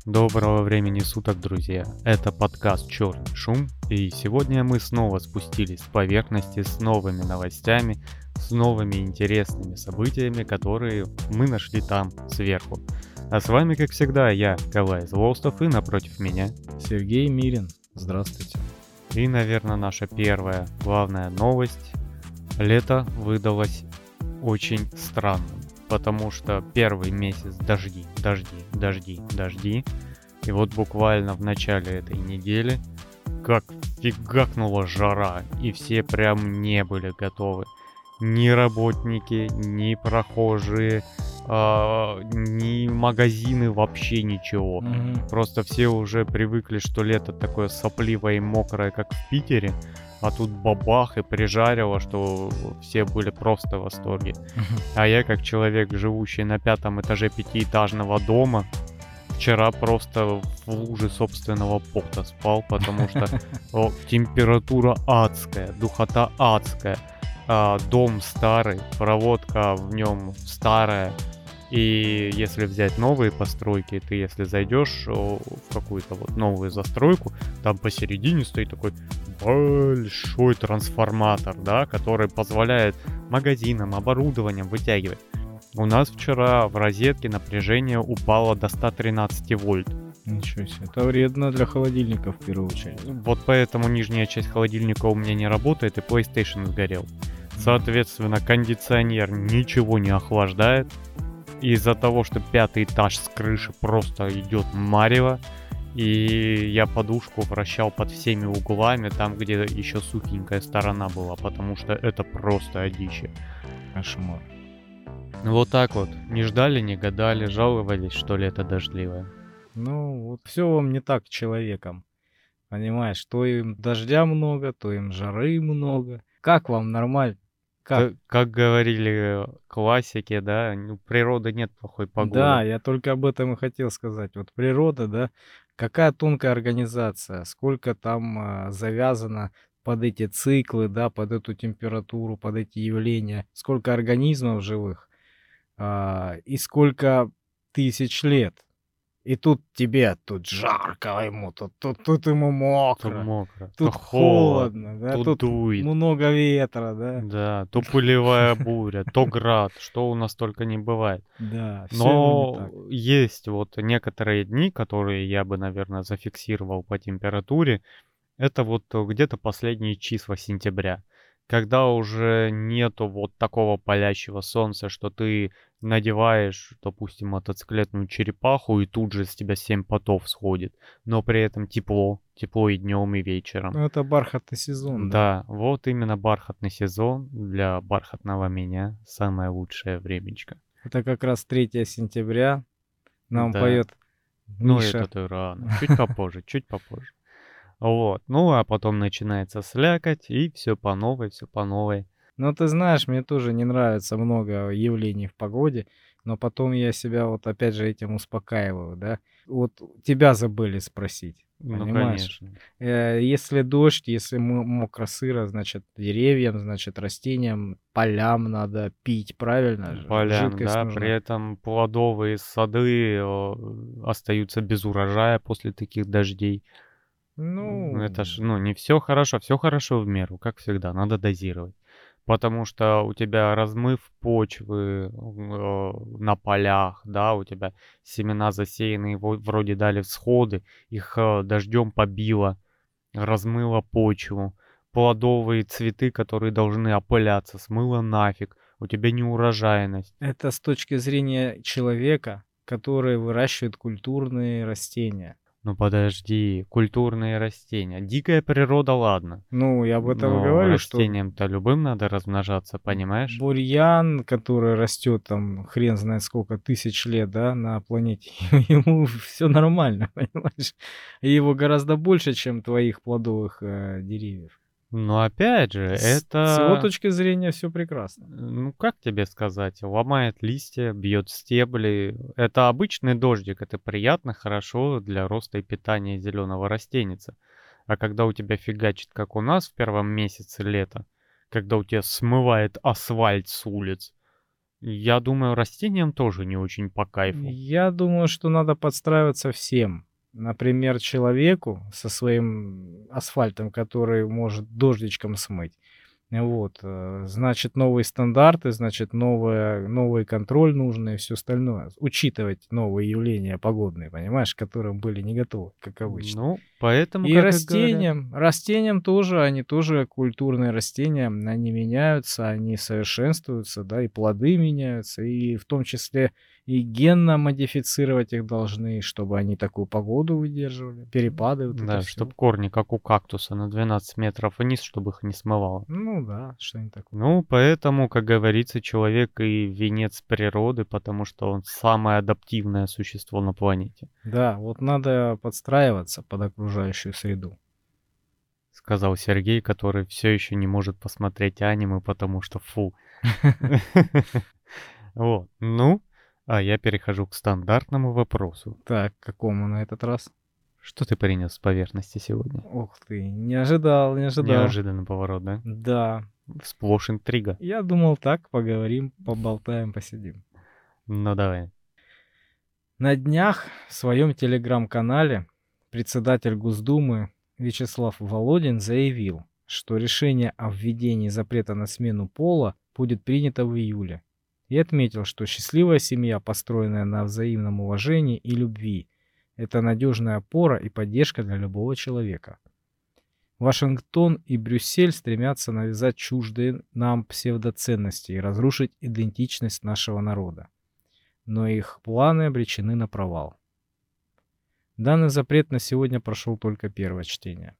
Доброго времени суток, друзья! Это подкаст «Черный шум», и сегодня мы снова спустились с поверхности с новыми новостями, с новыми интересными событиями, которые мы нашли там, сверху. А с вами, как всегда, я, Калай Злостов, и напротив меня Сергей Мирин. Здравствуйте. И, наверное, наша первая главная новость. Лето выдалось очень странным, потому что первый месяц дожди. И вот буквально в начале этой недели как фигакнула жара, и все прям не были готовы. Ни работники, ни прохожие, ни магазины, вообще ничего. Просто все уже привыкли, что лето такое сопливое и мокрое, как в Питере, а тут бабах и прижарило, что все были просто в восторге. А я, как человек, живущий на 5-м этаже 5-этажного дома, вчера просто в луже собственного пота спал, потому что температура адская, духота адская, дом старый, проводка в нем старая. И если взять новые постройки, ты если зайдешь в какую-то вот новую застройку, там посередине стоит такой большой трансформатор, да, который позволяет магазинам, оборудованием вытягивать. У нас вчера в розетке напряжение упало до 113 вольт. Ничего себе. Это вредно для холодильника в первую очередь. Вот поэтому нижняя часть холодильника у меня не работает, и PlayStation сгорел. Соответственно, кондиционер ничего не охлаждает. Из-за того, что 5-й этаж с крыши просто идет марево. И я подушку вращал под всеми углами, там, где еще сухенькая сторона была, потому что это просто одище. Кошмар. Вот так вот. Не ждали, не гадали, жаловались, что лето дождливое. Ну, вот все вам не так человеком. Понимаешь, то им дождя много, то им жары много. Как вам нормально? Как говорили классики, да, у природы нет плохой погоды. Да, я только об этом и хотел сказать. Вот природа, да, какая тонкая организация, сколько там завязано под эти циклы, да, под эту температуру, под эти явления, сколько организмов живых, и сколько тысяч лет. И тут тебе тут жарко ему, тут ему То мокро, мокро, тут то холодно, холодно, да, то тут дует. много ветра, да. Да, то пылевая буря, то град, что у нас только не бывает. Да, все ему не так. Но есть вот некоторые дни, которые я бы, наверное, зафиксировал по температуре. Это вот где-то последние числа сентября, когда уже нету вот такого палящего солнца, что ты надеваешь, допустим, мотоциклетную черепаху, и тут же с тебя 7 потов сходит, но при этом тепло и днем, и вечером. Ну, это бархатный сезон, да. Да, вот именно бархатный сезон для бархатного меня самое лучшее времечко. Это как раз 3 сентября нам Да, поет ну Миша. это ты рано, чуть попозже, чуть попозже. Вот, ну а потом начинается слякоть, и все по новой, все по новой. Но ты знаешь, мне тоже не нравится много явлений в погоде, но потом я себя вот опять же этим успокаиваю, да. Вот тебя забыли спросить, Ну, понимаешь? конечно. Если дождь, если мокро-сыро, значит, деревьям, значит, растениям, полям надо пить, правильно же? Полям, Жидкость да, при нужна. этом плодовые сады остаются без урожая после таких дождей. Это ж, Ну, ну, не все хорошо в меру, как всегда, надо дозировать. Потому что у тебя размыв почвы на полях, да, у тебя семена засеянные, вроде дали всходы, их дождем побило, размыло почву. Плодовые цветы, которые должны опыляться, смыло нафиг. У тебя неурожайность. это с точки зрения человека, который выращивает культурные растения. Ну подожди, культурные растения. Дикая природа, ладно. Ну, я об этом и Но говорю, что растениям-то любым надо размножаться, понимаешь? бурьян, который растет там хрен знает сколько тысяч лет, да, на планете, ему все нормально, понимаешь? И его гораздо больше, чем твоих плодовых деревьев. Но опять же, С его это, точки зрения все прекрасно. ну как тебе сказать, ломает листья, бьет стебли. Это обычный дождик, это приятно, хорошо для роста и питания зеленого растеница. А когда у тебя фигачит, как у нас в первом месяце лета, когда у тебя смывает асфальт с улиц, Я думаю, растениям тоже не очень по кайфу. Я думаю, что надо подстраиваться всем. Например, человеку со своим асфальтом, который может дождичком смыть. Вот, значит, новые стандарты, значит, новый контроль нужно и все остальное. Учитывать новые явления погодные, понимаешь, к которым были не готовы, как обычно. Ну, поэтому, И как и говорят. растениям тоже, они тоже культурные растения, они меняются, они совершенствуются, да, и плоды меняются, и в том числе и генно модифицировать их должны, чтобы они такую погоду выдерживали, перепады, вот это Да, все. чтоб корни, как у кактуса, на 12 метров вниз, чтобы их не смывало. Ну да, что-нибудь такое. Ну, поэтому, как говорится, человек и венец природы, потому что он самое адаптивное существо на планете, Да, вот надо подстраиваться под окружающую среду. сказал Сергей, который все еще не может посмотреть аниме, потому что фу. Вот, ну, а я перехожу к стандартному вопросу. Так, к какому на этот раз? Что ты принес с поверхности сегодня? Ух ты, не ожидал, не ожидал. Неожиданный поворот, да? Да, Сплошь интрига. я думал так, поговорим, поболтаем, посидим. Ну давай. На днях в своем телеграм-канале председатель Госдумы Вячеслав Володин заявил, что решение о введении запрета на смену пола будет принято в июле. И отметил, что счастливая семья, построенная на взаимном уважении и любви, это надежная опора и поддержка для любого человека. Вашингтон и Брюссель стремятся навязать чуждые нам псевдоценности и разрушить идентичность нашего народа. Но их планы обречены на провал. Данный запрет на сегодня прошел только первое чтение.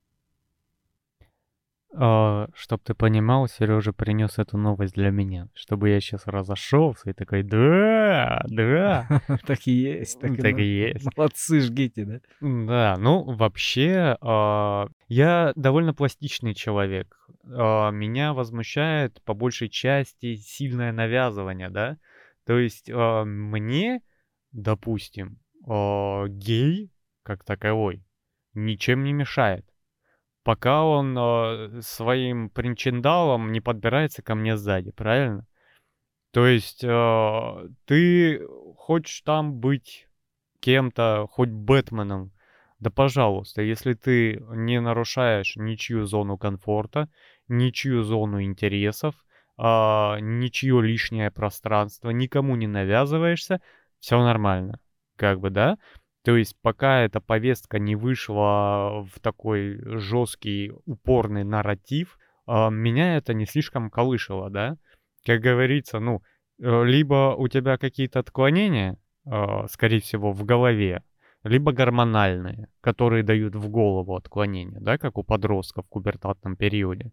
Чтоб ты понимал, Сережа принес эту новость для меня, чтобы я сейчас разошелся и такой, да, да, Так и есть, так и так и есть. молодцы, жгите, да? Да, ну вообще, я довольно пластичный человек. Меня возмущает по большей части сильное навязывание, да. То есть мне, допустим, гей как таковой ничем не мешает, пока он своим причиндалом не подбирается ко мне сзади, правильно? То есть ты хочешь там быть кем-то, хоть Бэтменом, да пожалуйста, если ты не нарушаешь ничью зону комфорта, ничью зону интересов, ничье лишнее пространство, никому не навязываешься, все нормально. Как бы, да? То есть пока эта повестка не вышла в такой жесткий, упорный нарратив, меня это не слишком колышело, да? Как говорится, ну, либо у тебя какие-то отклонения, скорее всего, в голове, либо гормональные, которые дают в голову отклонения, да, как у подростков в пубертатном периоде.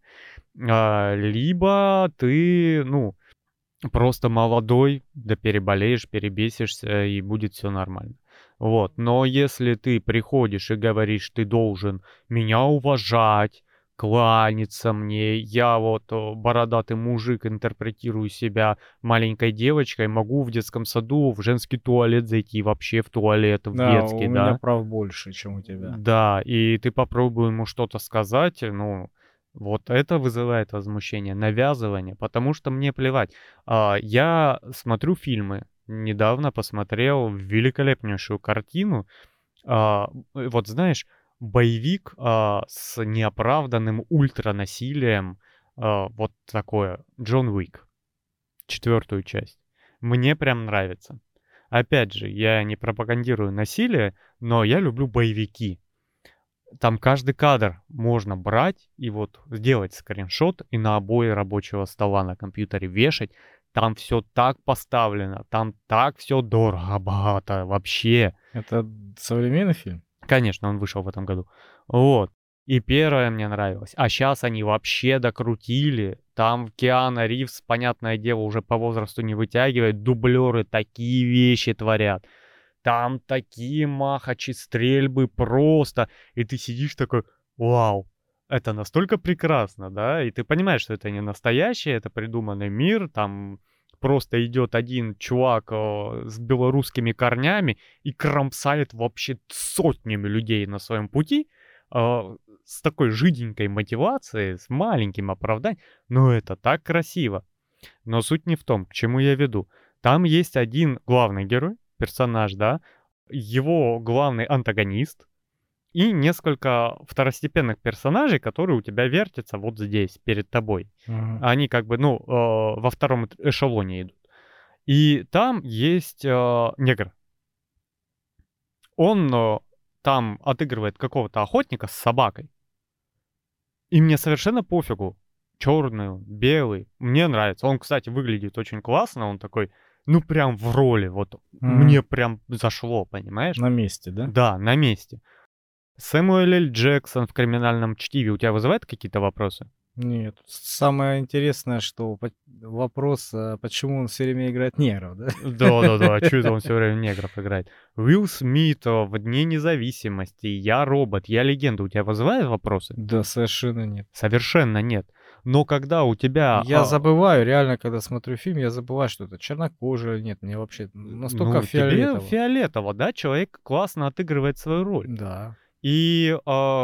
Либо ты, ну, просто молодой, да переболеешь, перебесишься, и будет все нормально. Вот. Но если ты приходишь и говоришь, ты должен меня уважать, кланяться мне, я вот бородатый мужик, интерпретирую себя маленькой девочкой, могу в детском саду в женский туалет зайти, вообще в туалет, в Да, у детский, меня да? прав больше, чем у тебя. Да, и ты попробуй ему что-то сказать, ну, вот это вызывает возмущение, навязывание, потому что мне плевать. Я смотрю фильмы, недавно посмотрел великолепнейшую картину. Вот знаешь, боевик с неоправданным ультранасилием, вот такое, Джон Уик, четвертую часть. Мне прям нравится. Опять же, я не пропагандирую насилие, но я люблю боевики. Там каждый кадр можно брать и вот сделать скриншот и на обои рабочего стола на компьютере вешать. Там все так поставлено, там так все дорого, богато, вообще. Это современный фильм? Конечно, он вышел в этом году. Вот. И первое мне нравилось. А сейчас они вообще докрутили. Там Киану Ривз, понятное дело, уже по возрасту не вытягивает. Дублеры такие вещи творят. Там такие махачи, стрельбы просто. И ты сидишь такой, вау, это настолько прекрасно, да? И ты понимаешь, что это не настоящее, это придуманный мир. Там просто идет один чувак с белорусскими корнями и кромсает вообще сотнями людей на своем пути. С такой жиденькой мотивацией, с маленьким оправданием. Но это так красиво. Но суть не в том, к чему я веду. Там есть один главный герой, персонаж, да, его главный антагонист и несколько второстепенных персонажей, которые у тебя вертятся вот здесь, перед тобой. Мгм. Они как бы, ну, во втором эшелоне идут. И там есть негр. Он там отыгрывает какого-то охотника с собакой. И мне совершенно пофигу. Черный, белый. Мне нравится. Он, кстати, выглядит очень классно. Он такой, ну, прям в роли. Вот Мгм. мне прям зашло, понимаешь? На месте, да? Да, на месте. Сэмюэл Л. Джексон в «Криминальном чтиве» у тебя вызывает какие-то вопросы? Нет. Самое интересное, что вопрос, почему он все время играет негров, да? Да-да-да, а чё это он все время негров играет? Уилл Смит в «Дне независимости», «Я робот», «Я легенда» у тебя вызывает вопросы? Да, совершенно нет. Совершенно нет. Но когда у тебя, Я забываю, реально, когда смотрю фильм, я забываю, что это чернокожий или нет. Мне вообще настолько ну, тебе фиолетово. фиолетово, да, человек классно отыгрывает свою роль. Да. И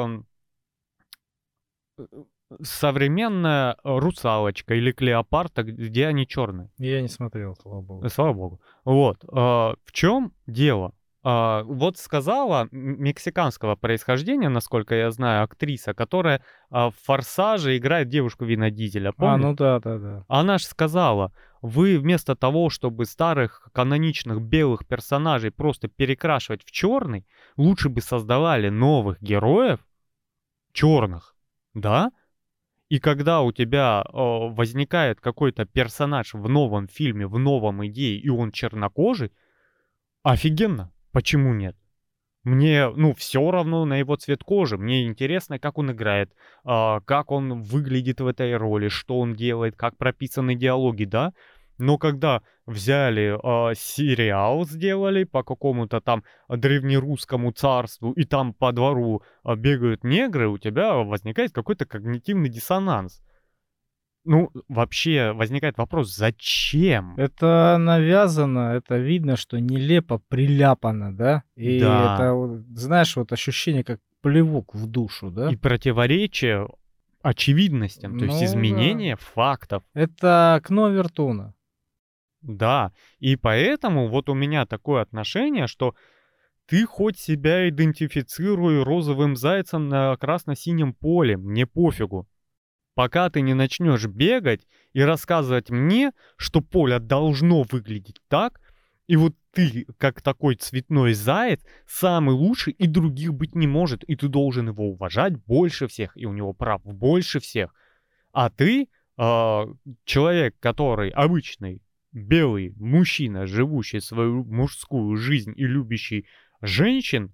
э, современная «Русалочка» или «Клеопатра», где они черные. Я не смотрел, слава богу. Слава богу. Вот, в чем дело? Вот сказала мексиканского происхождения, насколько я знаю, актриса, которая в «Форсаже» играет девушку Вина Дизеля, помнишь? Ну да, да, да. Она ж сказала: вы вместо того, чтобы старых каноничных белых персонажей просто перекрашивать в черный, лучше бы создавали новых героев черных, да? И когда у тебя возникает какой-то персонаж в новом фильме, в новом идее, и он чернокожий, офигенно. Почему нет? Мне, ну, все равно на его цвет кожи. Мне интересно, как он играет, как он выглядит в этой роли, что он делает, как прописаны диалоги, да. Но когда взяли сериал, сделали по какому-то там древнерусскому царству, и там по двору бегают негры, у тебя возникает какой-то когнитивный диссонанс. Ну, вообще возникает вопрос, зачем? Это навязано, это видно, что нелепо приляпано, да? И Да. это, вот, знаешь, вот ощущение, как плевок в душу, И да? противоречие очевидностям, то есть Ну да. изменение фактов. Это окно Вертуна. Да, и поэтому вот у меня такое отношение, что ты хоть себя идентифицируй розовым зайцем на красно-синем поле, мне пофигу. Пока ты не начнешь бегать и рассказывать мне, что поле должно выглядеть так, и вот ты, как такой цветной заяц, самый лучший, и других быть не может, и ты должен его уважать больше всех, и у него прав больше всех. А ты, человек, который обычный белый мужчина, живущий свою мужскую жизнь и любящий женщин,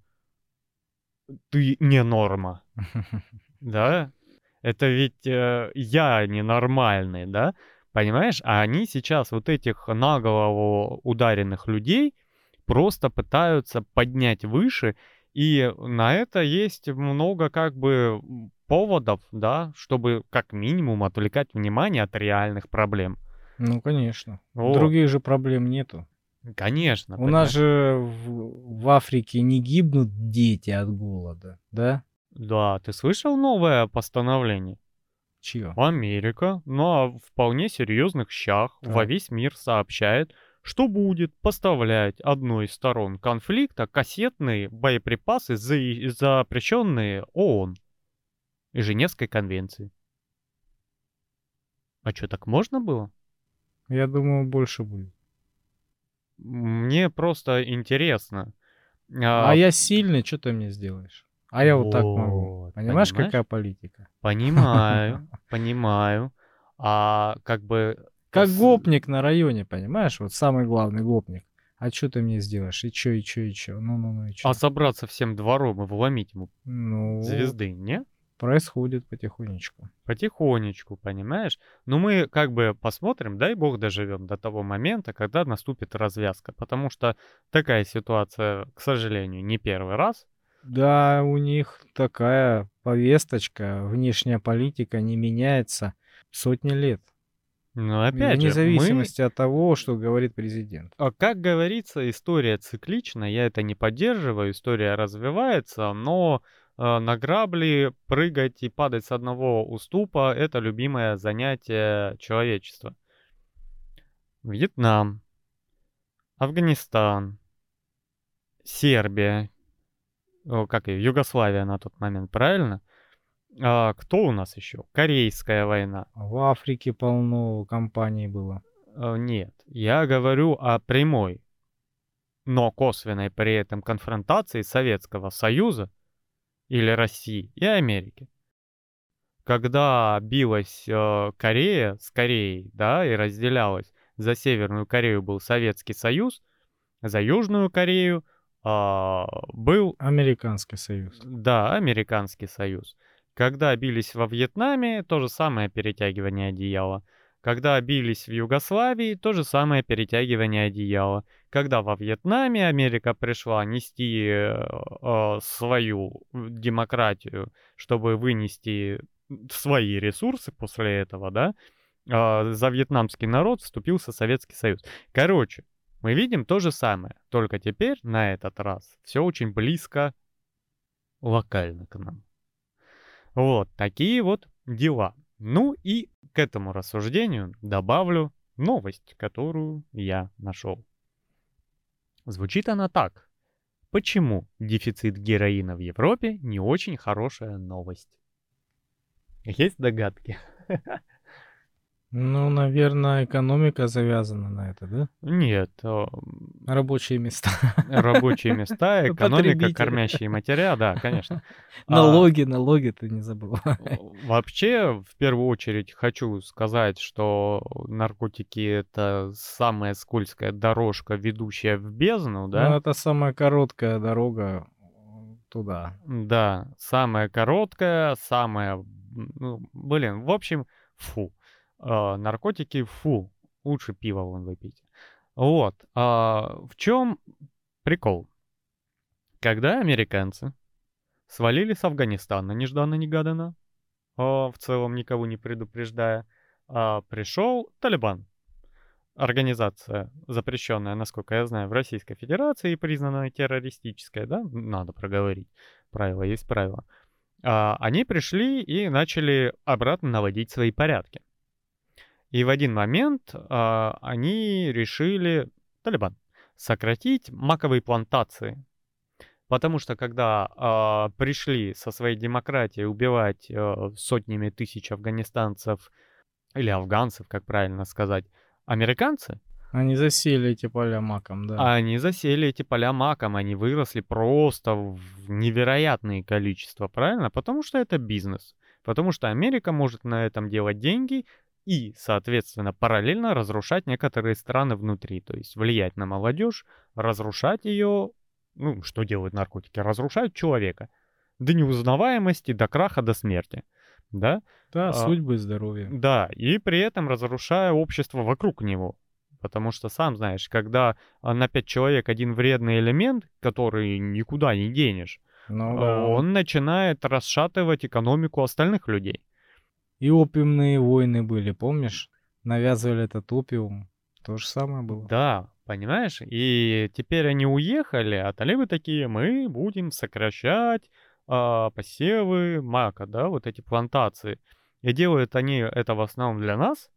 ты не норма, да? Это ведь я ненормальный, да? Понимаешь? А они сейчас вот этих на голову ударенных людей просто пытаются поднять выше, и на это есть много как бы поводов, да, чтобы как минимум отвлекать внимание от реальных проблем. Ну, конечно. Вот, Других же проблем нету. конечно, У нас понимаешь? же в Африке не гибнут дети от голода, да? Да, ты слышал новое постановление? Чье? Америка на вполне серьезных щах во Так. весь мир сообщает, что будет поставлять одной из сторон конфликта кассетные боеприпасы, запрещенные ООН и Женевской конвенции. А что, так можно было? Я думаю, больше будет. Мне просто интересно. А А, я сильный, что ты мне сделаешь? А я вот так могу. вот, Понимаешь, какая понимаешь? политика? Понимаю, понимаю. А как бы Как с- гопник на районе, понимаешь? Вот самый главный гопник. А что ты мне сделаешь? И чё, и чё, и чё? Ну-ну-ну, и чё? собраться всем двором и вломить ему Ну, звезды, не? происходит потихонечку. Потихонечку, понимаешь? Но мы как бы посмотрим, дай бог доживем до того момента, когда наступит развязка. Потому что такая ситуация, к сожалению, не первый раз. Да, у них такая повесточка, внешняя политика не меняется сотни лет. Но опять Вне же, мы, зависимости от того, что говорит президент. как говорится, история циклична, я это не поддерживаю, история развивается, но на грабли прыгать и падать с одного уступа — это любимое занятие человечества. Вьетнам, Афганистан, Сербия, как ее, Югославия на тот момент, правильно? Кто у нас еще? Корейская война. В Африке полно компаний было. Нет, я говорю о прямой, но косвенной при этом конфронтации Советского Союза или России и Америки. Когда билась Корея с Кореей, да, и разделялась, за Северную Корею был Советский Союз, за Южную Корею был, Американский Союз. да, Американский Союз. Когда бились во Вьетнаме, то же самое перетягивание одеяла. Когда бились в Югославии, то же самое перетягивание одеяла. Когда во Вьетнаме Америка пришла нести свою демократию, чтобы вынести свои ресурсы после этого, да, за вьетнамский народ вступился Советский Союз. Короче, мы видим то же самое, только теперь на этот раз все очень близко, локально к нам. Вот такие вот дела. Ну и к этому рассуждению добавлю новость, которую я нашел. Звучит она так. Почему дефицит героина в Европе не очень хорошая новость? Есть догадки? Ну, наверное, экономика завязана на это, да? Нет, Рабочие места. рабочие места, экономика, Потребители. кормящие матеря, да, конечно. Налоги ты не забывай. Вообще, в первую очередь хочу сказать, что наркотики — это самая скользкая дорожка, ведущая в бездну, Ну, да? это самая короткая дорога туда. Да, самая короткая, самая, ну, блин, в общем, фу. Наркотики, фу. Лучше пиво вон выпить. Вот. В чем прикол? Когда американцы свалили с Афганистана нежданно-негаданно, в целом никого не предупреждая, пришел Талибан. Организация, запрещенная, насколько я знаю, в Российской Федерации и признанная террористической, да, надо проговорить. Правило есть правило. Они пришли и начали обратно наводить свои порядки. И в один момент они решили, Талибан, сократить маковые плантации. Потому что когда пришли со своей демократией убивать сотнями тысяч афганистанцев или афганцев, как правильно сказать, американцы, Они засели эти поля маком, да. они засели эти поля маком, они выросли просто в невероятные количества, правильно? Потому что это бизнес. Потому что Америка может на этом делать деньги и, соответственно, параллельно разрушать некоторые страны внутри. То есть влиять на молодежь, разрушать ее. Ну, что делают наркотики? Разрушают человека. До неузнаваемости, до краха, до смерти. Да? Да, А, судьбы и здоровье. Да, и при этом разрушая общество вокруг него. Потому что, сам знаешь, когда на 5 человек один вредный элемент, который никуда не денешь, Ну да. он начинает расшатывать экономику остальных людей. И опиумные войны были, помнишь? Навязывали этот опиум. То же самое было. Да, понимаешь? И теперь они уехали, а талибы такие: мы будем сокращать посевы мака, да, вот эти плантации. И делают они это в основном для нас,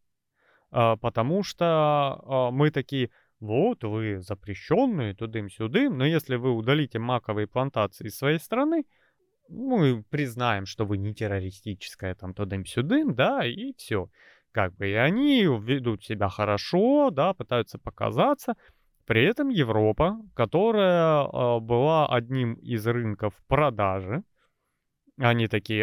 потому что мы такие: вот вы запрещенные, тудым-сюдым, но если вы удалите маковые плантации из своей страны, мы признаем, что вы не террористическая, там, тудым-сюдым, да, и все. Как бы, и они ведут себя хорошо, да, пытаются показаться. При этом Европа, которая была одним из рынков продажи, они такие: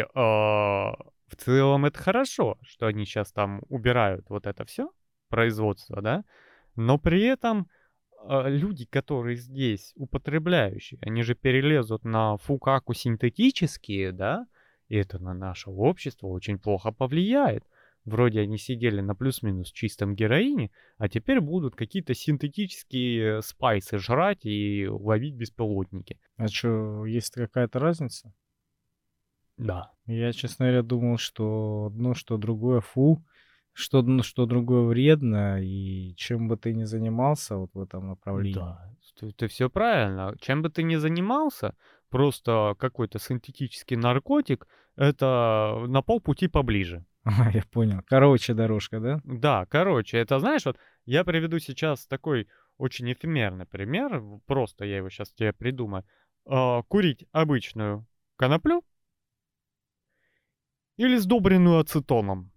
в целом это хорошо, что они сейчас там убирают вот это все производство, да, но при этом люди, которые здесь употребляющие, они же перелезут на фукаку синтетические, да, и это на наше общество очень плохо повлияет. Вроде они сидели на плюс-минус чистом героине, а теперь будут какие-то синтетические спайсы жрать и ловить беспилотники. А что, есть какая-то разница? Да. Я, честно говоря, думал, что одно, что другое фу, что одно, что другое вредно, и чем бы ты ни занимался вот в этом направлении. Да, ты все правильно. Чем бы ты ни занимался, просто какой-то синтетический наркотик — это на полпути поближе. Я понял. Короче дорожка, да? Да, короче, это знаешь, вот я приведу сейчас такой очень эфемерный пример, просто я его сейчас тебе придумаю. Курить обычную коноплю или сдобренную ацетоном.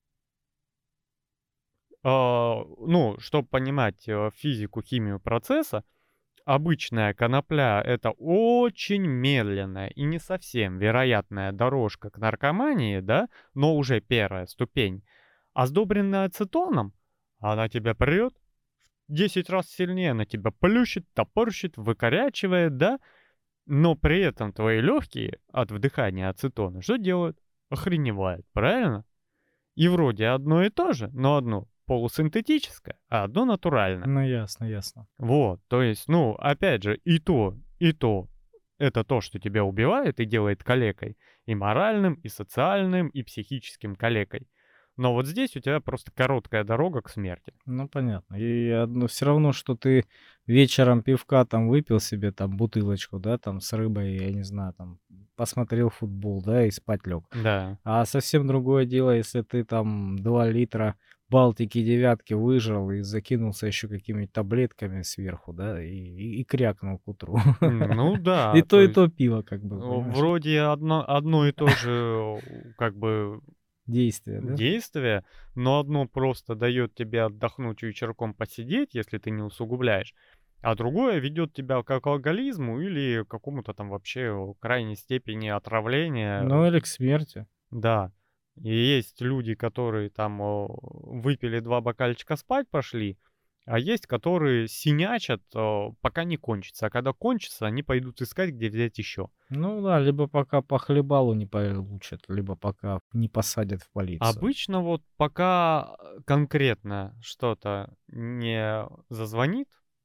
Ну, чтобы понимать физику, химию процесса, обычная конопля — это очень медленная и не совсем вероятная дорожка к наркомании, да, но уже первая ступень. А сдобренная ацетоном, она тебя прет 10 раз сильнее, она тебя плющит, топорщит, выкорячивает, да, но при этом твои легкие от вдыхания ацетона что делают? Охреневают, правильно? И вроде одно и то же, но одно полусинтетическое, а одно натуральное. Ну, ясно, ясно. Вот, то есть, ну, опять же, и то, это то, что тебя убивает и делает калекой, и моральным, и социальным, и психическим калекой. Но вот здесь у тебя просто короткая дорога к смерти. Ну, понятно. И одно все равно, что ты вечером пивка там выпил себе, там, бутылочку, да, там, с рыбой, я не знаю, там, посмотрел футбол, да, и спать лег. Да. А совсем другое дело, если ты там 2 литра Балтики девятки выжрал и закинулся еще какими-то таблетками сверху, да, и крякнул к утру. Ну И да, то, то и есть то пиво, как бы, понимаешь, вроде одно и то же, как бы действие, да? действие, но одно просто дает тебе отдохнуть вечерком посидеть, если ты не усугубляешь, а другое ведет тебя к алкоголизму или к какому-то там вообще крайней степени отравления. Ну, или к смерти. Да. И есть люди, которые там выпили 2 бокальчика, спать пошли, а есть, которые синячат, пока не кончится. А когда кончится, они пойдут искать, где взять еще. Ну да, либо пока по хлебалу не получат, либо пока не посадят в полицию. Обычно вот пока конкретно что-то не зазвонит,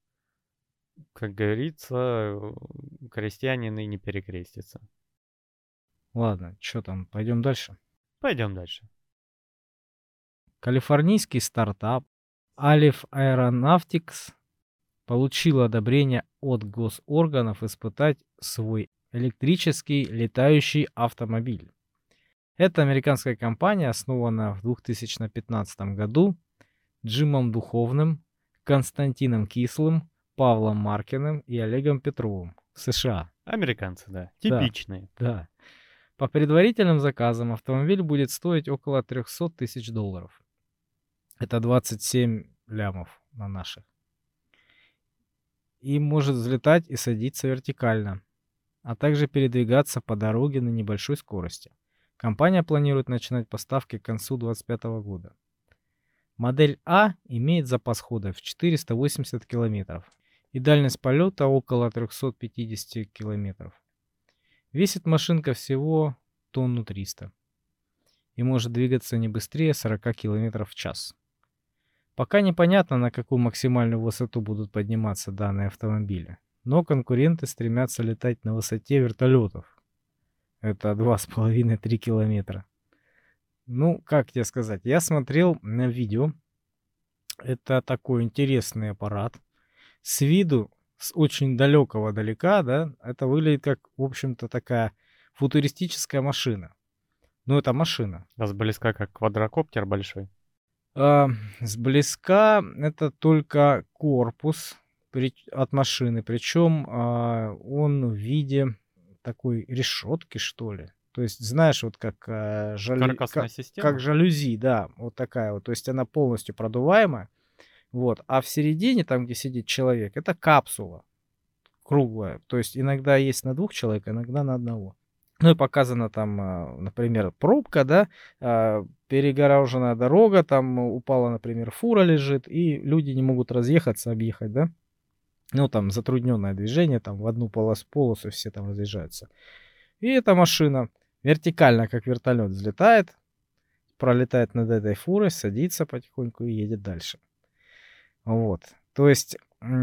как говорится, крестьянин и не перекрестится. Ладно, что там, пойдем дальше. Пойдем дальше. Калифорнийский стартап Aleph Aeronautics получил одобрение от госорганов испытать свой электрический летающий автомобиль. Эта американская компания основана в 2015 году Джимом Духовным, Константином Кислым, Павлом Маркиным и Олегом Петровым в США. Американцы, да, Да, типичные. да. По предварительным заказам автомобиль будет стоить около 300 тысяч долларов. Это 27 лямов на наших. И может взлетать и садиться вертикально, а также передвигаться по дороге на небольшой скорости. Компания планирует начинать поставки к концу 2025 года. Модель А имеет запас хода в 480 километров и дальность полета около 350 километров. Весит машинка всего тонну 300 и может двигаться не быстрее 40 километров в час. Пока непонятно, на какую максимальную высоту будут подниматься данные автомобили, но конкуренты стремятся летать на высоте вертолетов. Это 2,5-3 километра. Ну, как тебе сказать, я смотрел на видео. Это такой интересный аппарат. С виду, с очень далекого далека, да, это выглядит как, в общем-то, такая футуристическая машина. Ну, это машина. А сблизка как квадрокоптер большой. А, сблизка это только корпус от машины, причем он в виде такой решетки, что ли. То есть, знаешь, вот как, Каркасная как система. жалюзи, да, вот такая вот. То есть она полностью продуваемая. Вот. А в середине, там, где сидит человек, это капсула круглая. То есть иногда есть на 2 человек, иногда на одного. Ну и показана там, например, пробка, да, перегороженная дорога, там упала, например, фура лежит, и люди не могут разъехаться, объехать, да. Ну, там затрудненное движение, там в одну полосу все там разъезжаются. И эта машина вертикально, как вертолет, взлетает, пролетает над этой фурой, садится потихоньку и едет дальше. Вот. То есть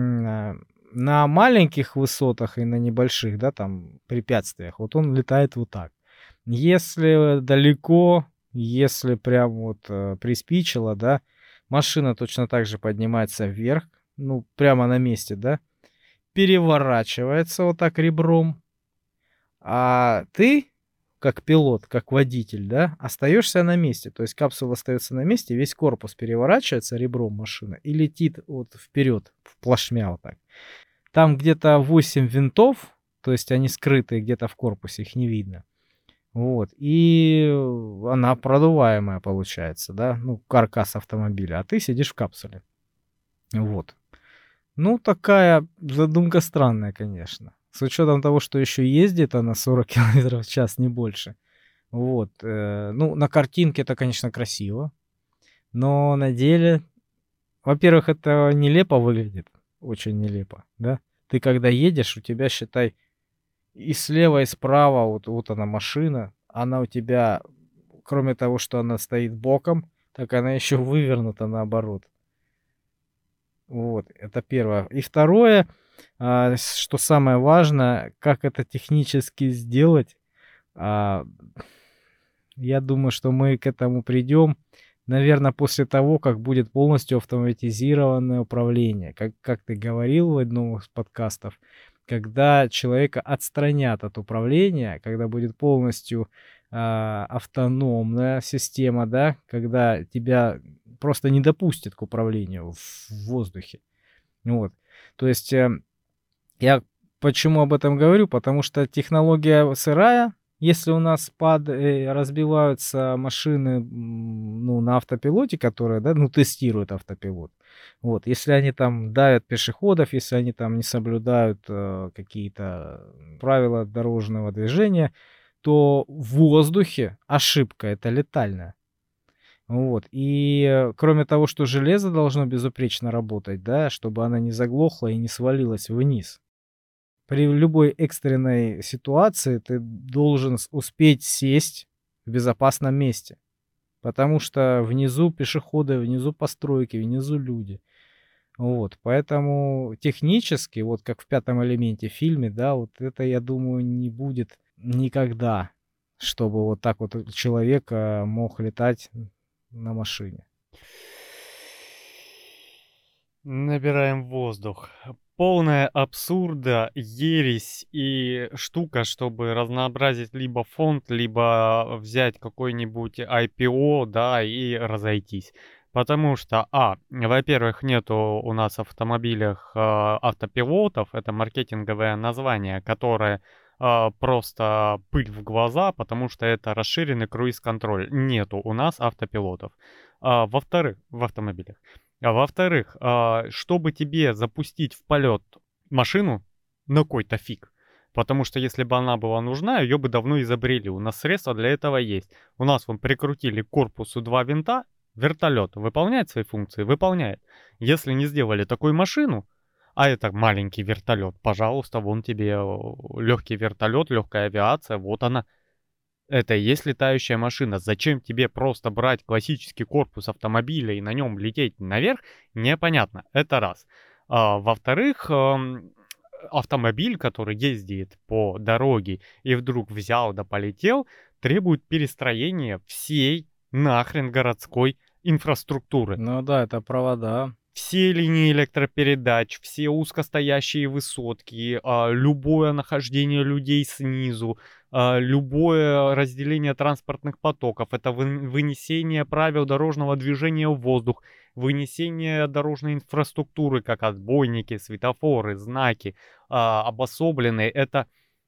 на маленьких высотах и на небольших, да, там препятствиях, вот он летает вот так. Если далеко, если прям вот приспичило, да, машина точно так же поднимается вверх, ну, прямо на месте, да, переворачивается вот так ребром, а ты как пилот, как водитель, да, остаешься на месте. То есть капсула остается на месте, весь корпус переворачивается ребром машины и летит вот вперед, плашмя вот так. Там где-то 8 винтов, то есть они скрыты где-то в корпусе, их не видно. Вот. И она продуваемая получается, да, ну, каркас автомобиля, а ты сидишь в капсуле. Вот. Ну, такая задумка странная, конечно. С учетом того, что еще ездит она 40 километров в час, не больше. Вот. Ну, на картинке это, конечно, красиво, но на деле, во-первых, это нелепо выглядит, очень нелепо, да. Ты когда едешь, у тебя, считай, и слева, и справа, вот она машина, она у тебя, кроме того, что она стоит боком, так она еще вывернута наоборот. Вот, это первое. И второе, что самое важное, как это технически сделать. А, я думаю, что мы к этому придем, наверное, после того, как будет полностью автоматизированное управление. Как ты говорил в одном из подкастов, когда человека отстранят от управления, когда будет полностью автономная система, да, когда тебя просто не допустят к управлению в воздухе. Вот. То есть я почему об этом говорю? Потому что технология сырая. Если у нас разбиваются машины ну, на автопилоте, которые да, ну, тестируют автопилот. Вот. Если они там давят пешеходов, если они там не соблюдают какие-то правила дорожного движения, то в воздухе ошибка это летальная. Вот. И кроме того, что железо должно безупречно работать, да, чтобы она не заглохла и не свалилась вниз. При любой экстренной ситуации ты должен успеть сесть в безопасном месте. Потому что внизу пешеходы, внизу постройки, внизу люди. Вот. Поэтому технически, вот как в «Пятом элементе» фильме, да, вот это, я думаю, не будет никогда, чтобы вот так вот человек мог летать на машине. Набираем воздух. Полная абсурда, ересь и штука, чтобы разнообразить либо фонд, либо взять какой-нибудь IPO, да, и разойтись. Потому что, во-первых, нету у нас в автомобилях автопилотов, это маркетинговое название, которое просто пыль в глаза, потому что это расширенный круиз-контроль. Нету у нас автопилотов. Во-вторых, в автомобилях. Во-вторых, чтобы тебе запустить в полет машину, на кой-то фиг. Потому что если бы она была нужна, ее бы давно изобрели. У нас средства для этого есть. У нас вон прикрутили к корпусу 2 винта, вертолет выполняет свои функции? Выполняет. Если не сделали такую машину, а это маленький вертолет, пожалуйста, вон тебе легкий вертолет, легкая авиация, вот она. Это и есть летающая машина. Зачем тебе просто брать классический корпус автомобиля и на нем лететь наверх, непонятно. Это раз. Во-вторых, автомобиль, который ездит по дороге и вдруг взял да полетел, требует перестроения всей нахрен городской инфраструктуры. Ну да, это провода. Все линии электропередач, все узкостоящие высотки, любое нахождение людей снизу, любое разделение транспортных потоков, это вынесение правил дорожного движения в воздух, вынесение дорожной инфраструктуры, как отбойники, светофоры, знаки, обособленные. Это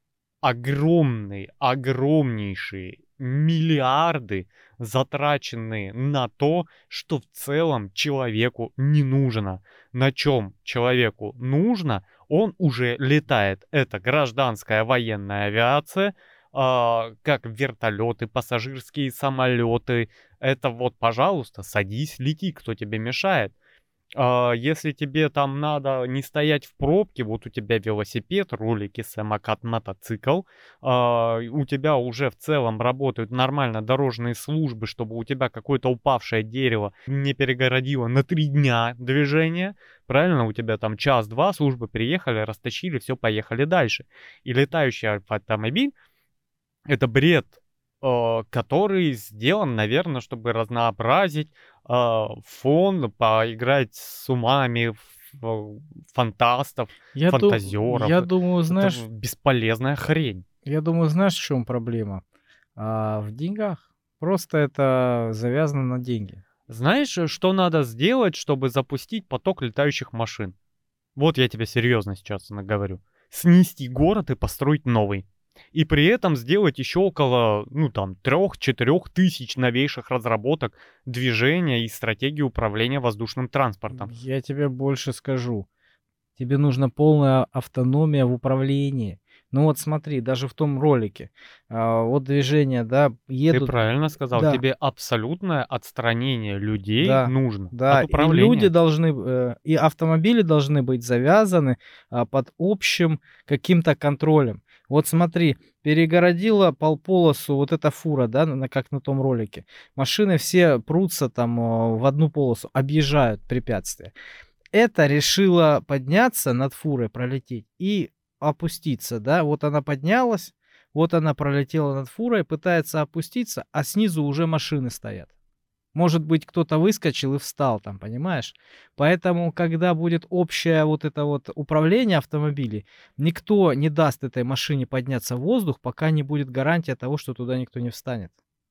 огромнейшие миллиарды, затраченные на то, что в целом человеку не нужно. На чем человеку нужно, он уже летает. Это гражданская военная авиация, как вертолеты, пассажирские самолеты. Это вот, пожалуйста, садись, лети, кто тебе мешает. Если тебе там надо не стоять в пробке, вот у тебя велосипед, ролики, самокат, мотоцикл, у тебя уже в целом работают нормально дорожные службы, чтобы у тебя какое-то упавшее дерево не перегородило на 3 дня движение, правильно? У тебя там час-два, службы приехали, растащили, все, поехали дальше. И летающий автомобиль — это бред, который сделан, наверное, чтобы разнообразить фон, поиграть с умами фантастов, Я фантазеров. думаю, Это знаешь, бесполезная хрень. я думаю, знаешь, в чем проблема? А в деньгах. Просто это завязано на деньги. Знаешь, что надо сделать, чтобы запустить поток летающих машин? Вот я тебе серьезно сейчас говорю. Снести город и построить новый. И при этом сделать еще около, ну там, 3-4 тысяч новейших разработок движения и стратегии управления воздушным транспортом. Я тебе больше скажу. Тебе нужна полная автономия в управлении. Ну вот смотри, даже в том ролике, вот движение, да, Ты едут, правильно сказал, да, тебе абсолютное отстранение людей да, нужно от да, и люди управления. должны, и автомобили должны быть завязаны под общим каким-то контролем. Вот смотри, перегородила полполосу вот эта фура, да, как на том ролике. Машины все прутся там в одну полосу, объезжают препятствия. Это решила подняться над фурой, пролететь и опуститься, да. Вот она поднялась, вот она пролетела над фурой, пытается опуститься, а снизу уже машины стоят. Может быть, кто-то выскочил и встал там, понимаешь? Поэтому, когда будет общее вот это вот управление автомобилей, никто не даст этой машине подняться в воздух, пока не будет гарантия того, что туда никто не встанет.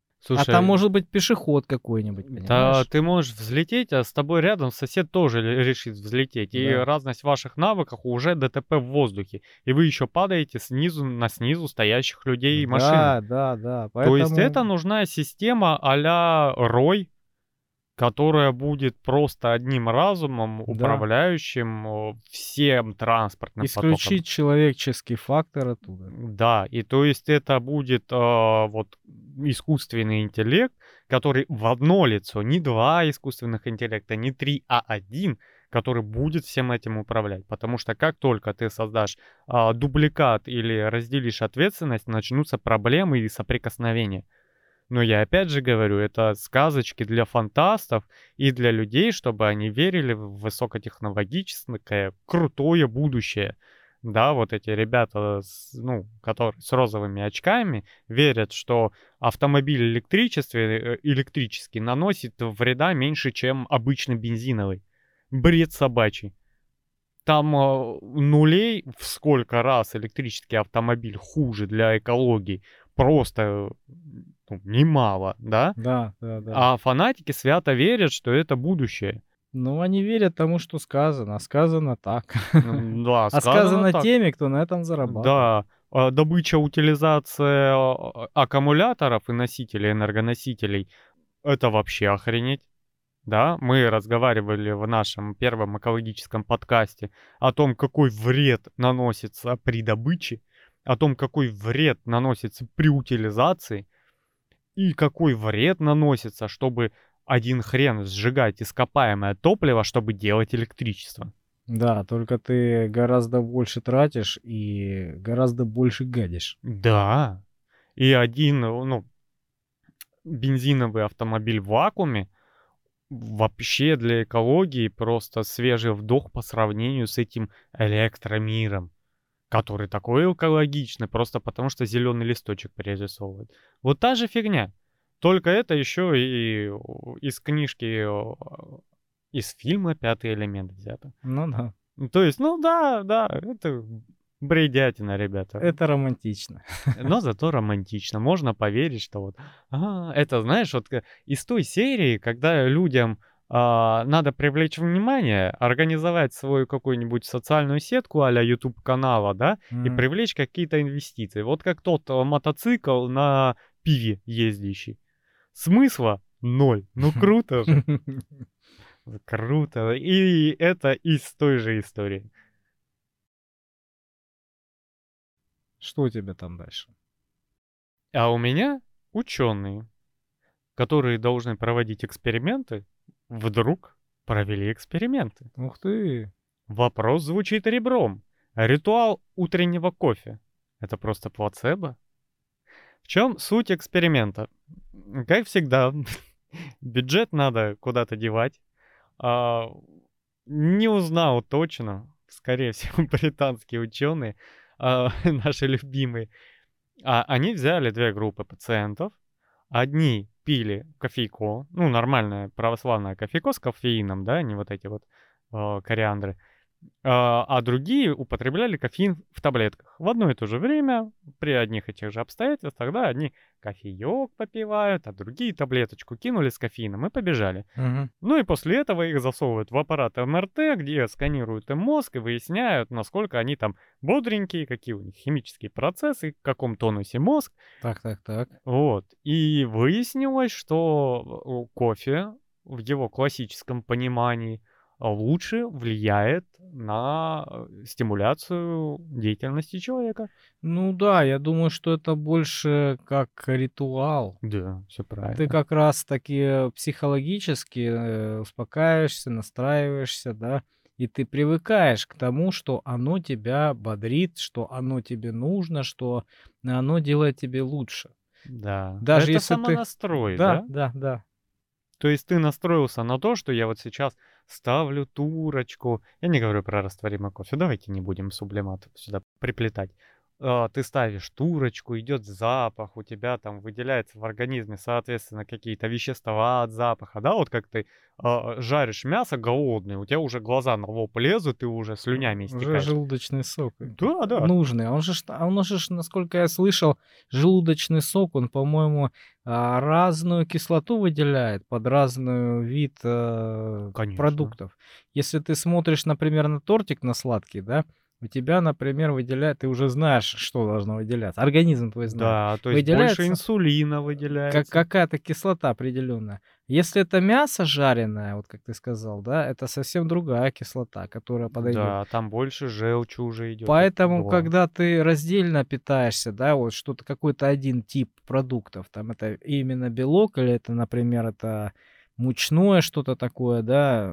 А там Слушай, может быть пешеход какой-нибудь, да, понимаешь? ты можешь взлететь, а с тобой рядом сосед тоже решит взлететь. И Да. разность ваших навыков уже ДТП в воздухе. И вы еще падаете снизу на снизу стоящих людей и машины. Да, да, да. То есть Поэтому, это нужна система а-ля Рой, которая будет просто одним разумом, да. управляющим всем транспортным потоком. Исключить человеческий фактор оттуда. Да, и то есть это будет вот искусственный интеллект, который в одно лицо, не два искусственных интеллекта, не три, а один, который будет всем этим управлять. Потому что как только ты создашь дубликат или разделишь ответственность, начнутся проблемы и соприкосновения. Но я опять же говорю, это сказочки для фантастов и для людей, чтобы они верили в высокотехнологическое, крутое будущее. Да, вот эти ребята, ну, которые с розовыми очками, верят, что автомобиль электрический наносит вреда меньше, чем обычный бензиновый. Бред собачий. Там нулей в сколько раз электрический автомобиль хуже для экологии. Просто ну, немало, да? Да, да, да. А фанатики свято верят, что это будущее. Ну, они верят тому, что сказано, а сказано так. Да, А сказано сказано так. теми, кто на этом зарабатывает. Да, добыча, утилизация аккумуляторов и носителей, энергоносителей — это вообще охренеть. Да, мы разговаривали в нашем первом экологическом подкасте о том, какой вред наносится при добыче, о том, какой вред наносится при утилизации и какой вред наносится, чтобы один хрен сжигать ископаемое топливо, чтобы делать электричество. Да, только ты гораздо больше тратишь и гораздо больше гадишь. Да. И один, ну, бензиновый автомобиль в вакууме вообще для экологии просто свежий вдох по сравнению с этим электромиром, который такой экологичный, просто потому что зеленый листочек перерисовывает. Вот та же фигня. Только это еще и из книжки, из фильма «Пятый элемент» взято. Ну да, Ну, то есть, ну да, да, это бредятина, ребята. это романтично. Но зато романтично. Можно поверить, что вот, это, знаешь, вот из той серии, когда людям надо привлечь внимание, организовать свою какую-нибудь социальную сетку а-ля YouTube канала, да, и М. привлечь какие-то инвестиции. Вот как тот мотоцикл на пиве ездящий. Смысла ноль. Ну круто же. Круто. И это из той же истории. Что у тебя там дальше? А у меня ученые, которые должны проводить эксперименты, вдруг провели эксперименты. Ух ты! Вопрос звучит ребром. Ритуал утреннего кофе — это просто плацебо? В чем суть эксперимента? Как всегда, бюджет надо куда-то девать. А, не узнал точно, скорее всего, британские ученые, наши любимые. Они взяли две группы пациентов. Одни пили кофейко, ну, нормальное православное кофейко с кофеином, да, не вот эти вот кориандры. а другие употребляли кофеин в таблетках. В одно и то же время, при одних и тех же обстоятельствах, тогда одни кофеек попивают, а другие таблеточку кинули с кофеином и побежали. Мгм. Ну и после этого их засовывают в аппарат МРТ, где сканируют им мозг и выясняют, насколько они там бодренькие, какие у них химические процессы, в каком тонусе мозг. Так. Вот. И выяснилось, что кофе в его классическом понимании лучше влияет на стимуляцию деятельности человека. Ну да, я думаю, что это больше как ритуал. Да, все Ты правильно. как раз таки психологически, успокаиваешься, настраиваешься, да, и ты привыкаешь к тому, что оно тебя бодрит, что оно тебе нужно, что оно делает тебе лучше. Да. Даже Это если ты самонастрой, Да, да? да, да. То есть ты настроился на то, что я вот сейчас ставлю турочку. Я не говорю про растворимый кофе. Давайте не будем сублимат сюда приплетать. Ты ставишь турочку, идет запах, у тебя там выделяется в организме, соответственно, какие-то вещества от запаха, да, вот как ты жаришь мясо голодный, у тебя уже глаза на лоб лезут, ты уже слюнями Уже истекаешь. желудочный сок, Да, да, нужный. А он же, насколько я слышал, желудочный сок, он, по-моему, разную кислоту выделяет под разную вид, конечно. продуктов. Если ты смотришь, например, на тортик на сладкий, да, у тебя, например, выделяет ты уже знаешь, что должно выделяться. Организм твой знает. Да, то есть больше Выделяется инсулина выделяется. какая-то кислота определенная. Если это мясо жареное, вот как ты сказал, да, это совсем другая кислота, которая подойдет. Да, там больше желчи уже идет от Поэтому, того. когда ты раздельно питаешься, да, вот что-то, какой-то один тип продуктов, там это именно белок или это, например, это мучное что-то такое, да,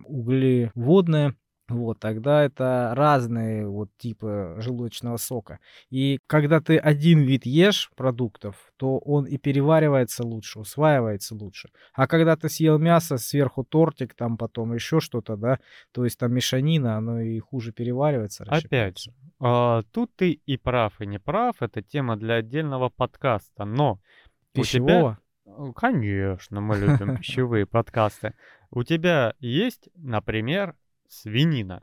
углеводное, вот, тогда это разные вот типы желудочного сока. И когда ты один вид ешь продуктов, то он и переваривается лучше, усваивается лучше. А когда ты съел мясо, сверху тортик, там потом еще что-то, да, то есть там мешанина, оно и хуже переваривается, Опять расщепляется. же, тут ты и прав, и не прав. Это тема для отдельного подкаста. Но у тебя, Пищевого? конечно, мы любим пищевые подкасты. У тебя есть, например, свинина.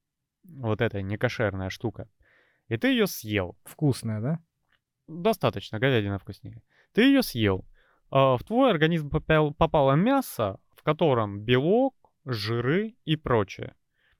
Вот эта некошерная штука. И ты ее съел. Вкусное, да? Достаточно, говядина вкуснее. Ты ее съел. В твой организм попало мясо, в котором белок, жиры и прочее.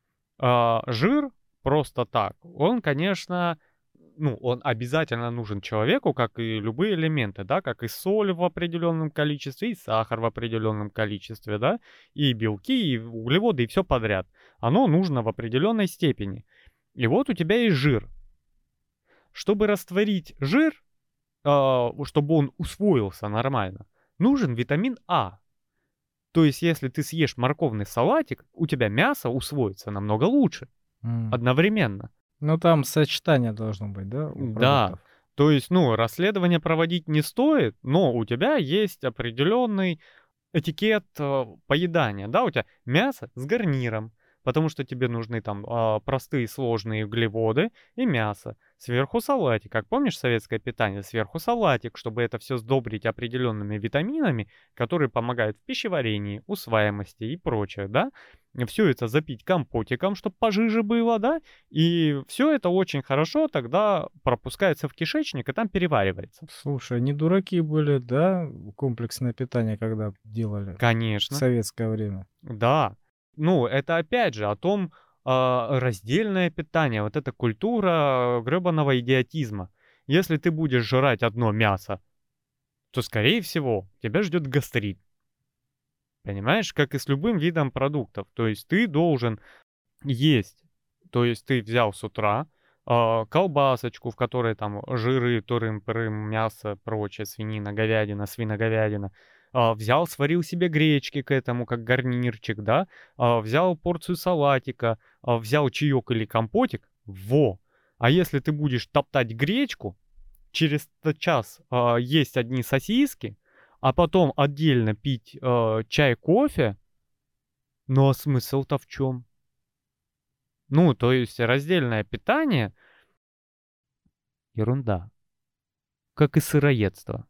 Жир просто так, он, конечно, ну, он обязательно нужен человеку, как и любые элементы, да, как и соль в определенном количестве, и сахар в определенном количестве, да, и белки, и углеводы, и все подряд. Оно нужно в определенной степени. И вот у тебя есть жир. Чтобы растворить жир, чтобы он усвоился нормально, нужен витамин А. То есть, если ты съешь морковный салатик, у тебя мясо усвоится намного лучше М. одновременно. Ну, там сочетание должно быть, да, у Да, продуктов? то есть, ну, расследование проводить не стоит, но у тебя есть определенный этикет поедания, да, у тебя мясо с гарниром, потому что тебе нужны там простые сложные углеводы и мясо. Сверху салатик, как помнишь советское питание, сверху салатик, чтобы это все сдобрить определенными витаминами, которые помогают в пищеварении, усваиваемости и прочее, да. Все это запить компотиком, чтобы пожиже было, да, и все это очень хорошо тогда пропускается в кишечник и там переваривается. Слушай, не дураки были, да, комплексное питание, когда делали в Конечно. советское время? Да. Ну, это опять же о том, раздельное питание, вот эта культура грёбаного идиотизма. Если ты будешь жрать одно мясо, то, скорее всего, тебя ждет гастрит. Понимаешь, как и с любым видом продуктов. То есть ты должен есть. То есть ты взял с утра колбасочку, в которой там жиры, турым-пырым, мясо, прочее, свинина, говядина, свиноговядина. Взял, сварил себе гречки к этому, как гарнирчик, да. Взял порцию салатика, взял чаек или компотик. Во! А если ты будешь топтать гречку, через час есть одни сосиски, а потом отдельно пить чай, кофе, ну а смысл-то в чем? Ну, то есть раздельное питание — ерунда, как и сыроедство.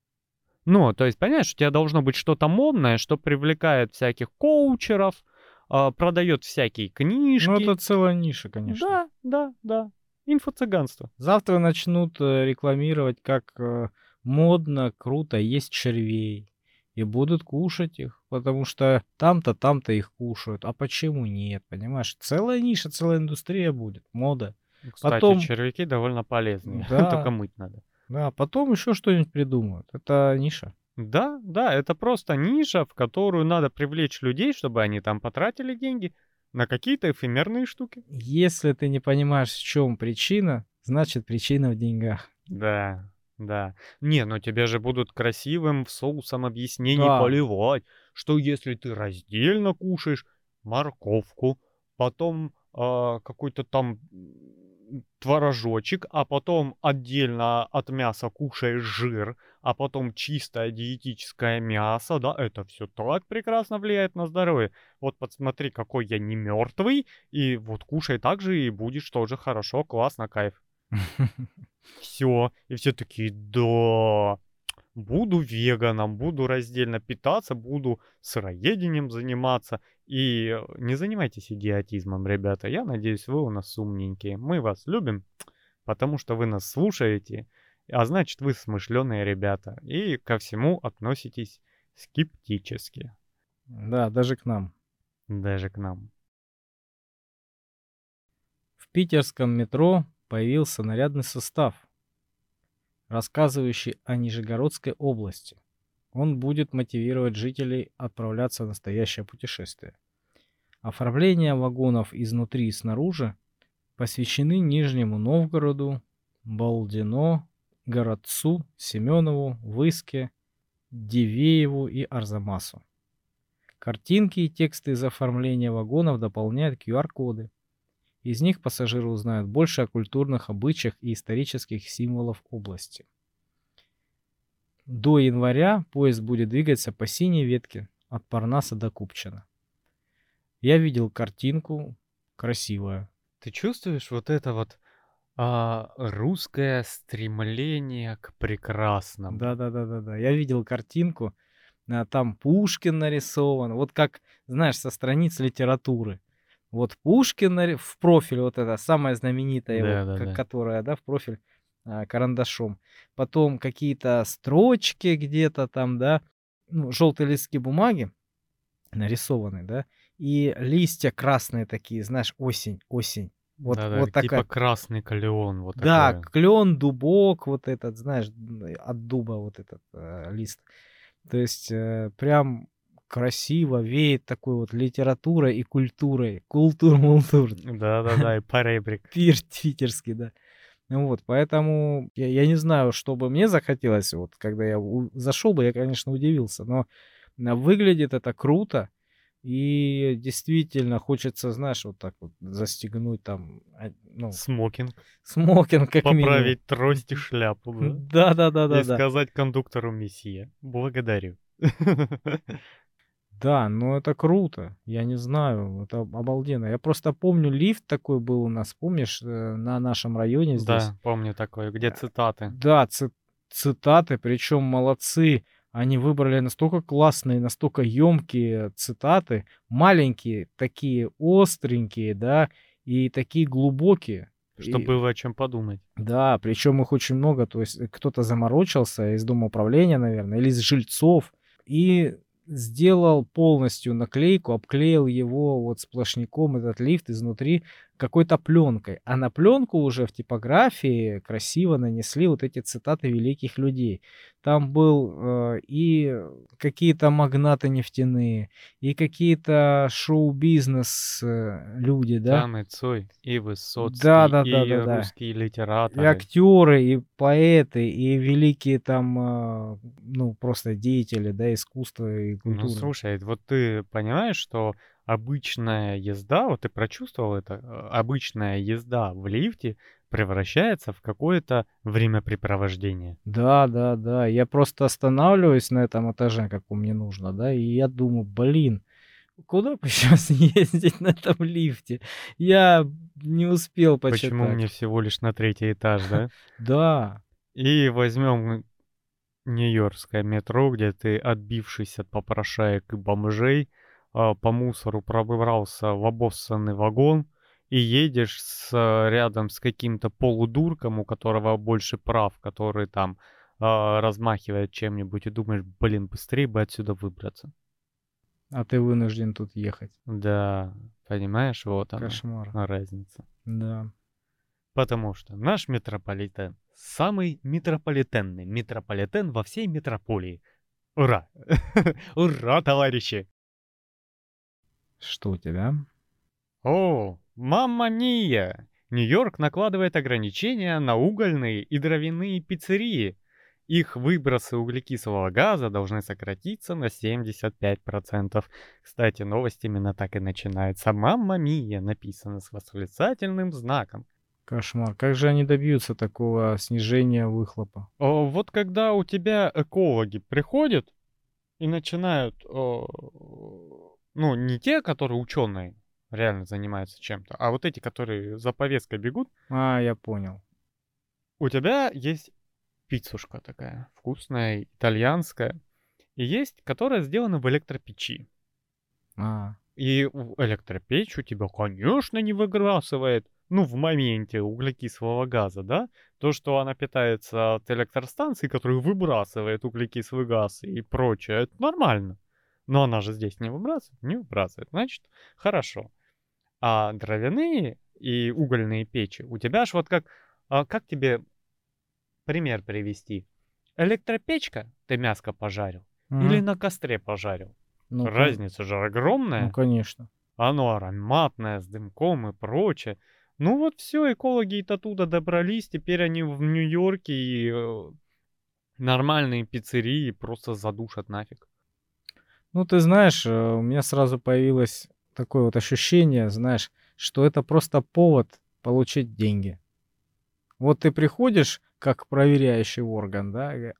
Ну, то есть, понимаешь, у тебя должно быть что-то модное, что привлекает всяких коучеров, продает всякие Ну, книжки. это целая ниша, конечно. Да, да, да. Инфо-цыганство. Завтра начнут рекламировать, как модно, круто есть червей. И будут кушать их, потому что там-то их кушают. А почему нет, понимаешь? Целая ниша, целая индустрия будет, мода. Кстати, Потом, червяки довольно полезные. Только да, мыть надо. да, потом еще что-нибудь придумают. Это ниша. Да, да, это просто ниша, в которую надо привлечь людей, чтобы они там потратили деньги на какие-то эфемерные штуки. Если ты не понимаешь, в чем причина, значит причина в деньгах. Да, да. Не, но тебя же будут красивым соусом объяснений Да, поливать, что если ты раздельно кушаешь морковку, потом какой-то там творожочек, а потом отдельно от мяса кушаешь жир, а потом чистое диетическое мясо, да, это все так прекрасно влияет на здоровье. Вот посмотри, какой я не мертвый, и вот кушай так же, и будешь тоже хорошо, классно, кайф. Все. И все такие, да, буду веганом, буду раздельно питаться, буду сыроедением заниматься. И не занимайтесь идиотизмом, ребята. Я надеюсь, вы у нас умненькие. Мы вас любим, потому что вы нас слушаете, а значит, вы смышленые ребята. И ко всему относитесь скептически. да, даже к нам. Даже к нам. В питерском метро появился нарядный состав, рассказывающий о Нижегородской области. Он будет мотивировать жителей отправляться в настоящее путешествие. Оформление вагонов изнутри и снаружи посвящены Нижнему Новгороду, Балдино, Городцу, Семенову, Выске, Дивееву и Арзамасу. Картинки и тексты из оформления вагонов дополняют QR-коды. Из них пассажиры узнают больше о культурных обычаях и исторических символах области. До января поезд будет двигаться по синей ветке от Парнаса до Купчино. Я видел картинку, красивая. Ты чувствуешь вот это вот русское стремление к прекрасному? Да. Я видел картинку, там Пушкин нарисован, вот как, знаешь, со страниц литературы. Вот Пушкин в профиль, вот это самая знаменитая его, Да-да-да. которая, да, в профиль карандашом. Потом какие-то строчки где-то там, да, ну, желтые листки бумаги нарисованы, да, и листья красные такие, знаешь, осень. Вот, Да-да, вот типа такая. красный клеон, вот Да, такое. клен, дубок, вот этот, знаешь, от дуба вот этот лист. То есть прям красиво веет такой вот литературой и культурой. Культур-мультур. Да-да-да, и поребрик. Пир питерский, да. Ну вот, поэтому я не знаю, что бы мне захотелось, вот когда я зашел бы, я, конечно, удивился, но выглядит это круто, и действительно хочется, знаешь, вот так вот застегнуть там, ну, Смокинг. смокинг как минимум. Поправить трость и шляпу, да? И Да. сказать кондуктору месье: "Благодарю". Да, ну это круто. Я не знаю, это обалденно. Я просто помню, лифт такой был у нас, помнишь, на нашем районе здесь. Да, помню такое, где цитаты. Да, цитаты, причем молодцы. Они выбрали настолько классные, настолько емкие цитаты, маленькие, такие остренькие, да, и такие глубокие. Чтоб было о чем подумать. Да, причем их очень много. То есть кто-то заморочился из дома управления, наверное, или из жильцов, и сделал полностью наклейку, обклеил его вот сплошняком, этот лифт изнутри какой-то пленкой. А на пленку уже в типографии красиво нанесли вот эти цитаты великих людей. Там был и какие-то магнаты нефтяные, и какие-то шоу-бизнес люди, да? Там и Цой, и Да, Высоцкий, да, да, и да, да. русские И литераторы. актеры, и поэты, и великие там, ну, просто деятели, да, искусства и Ну, культуры. слушай, вот ты понимаешь, что обычная езда, вот ты прочувствовал это, обычная езда в лифте превращается в какое-то времяпрепровождение. Да. Я просто останавливаюсь на этом этаже, как мне нужно, да, и я думаю, блин, куда бы сейчас ездить на этом лифте? Я не успел Почему почитать. мне всего лишь на 3-й этаж, да? Да, И возьмем нью-йоркское метро, где ты, отбившись от попрошаек и бомжей, по мусору пробрался в обоссанный вагон и едешь рядом с каким-то полудурком, у которого больше прав, который там размахивает чем-нибудь, и думаешь, блин, быстрее бы отсюда выбраться. А ты вынужден тут ехать. Да, понимаешь, вот она, Кошмар. разница. Да. Потому что наш метрополитен самый метрополитенный метрополитен во всей метрополии. Ура! Ура, товарищи! Что у тебя? О, мамма мия! Нью-Йорк накладывает ограничения на угольные и дровяные пиццерии. Их выбросы углекислого газа должны сократиться на 75%. Кстати, новость именно так и начинается. Мамма мия написано с восклицательным знаком. Кошмар. Как же они добьются такого снижения выхлопа? Вот когда у тебя экологи приходят и начинают, ну, не те, которые ученые реально занимаются чем-то, а вот эти, которые за повесткой бегут, А, я понял. у тебя есть пиццушка такая вкусная, итальянская, и есть, которая сделана в электропечи. А, И электропечь у тебя, конечно, не выбрасывает, ну, в моменте углекислого газа, да? То, что она питается от электростанции, которая выбрасывает углекислый газ и прочее, это нормально. Но она же здесь не выбрасывает, не выбрасывает. Значит, хорошо. А дровяные и угольные печи у тебя ж вот как тебе пример привести? Электропечка, ты мяско пожарил, или мгм. на костре пожарил? Ну, Разница же огромная. конечно. Оно ароматное, с дымком и прочее. Ну вот все, экологи-то оттуда добрались, теперь они в Нью-Йорке и нормальные пиццерии просто задушат нафиг. Ну, ты знаешь, у меня сразу появилось такое вот ощущение, знаешь, что это просто повод получить деньги. Вот ты приходишь как проверяющий орган, да, и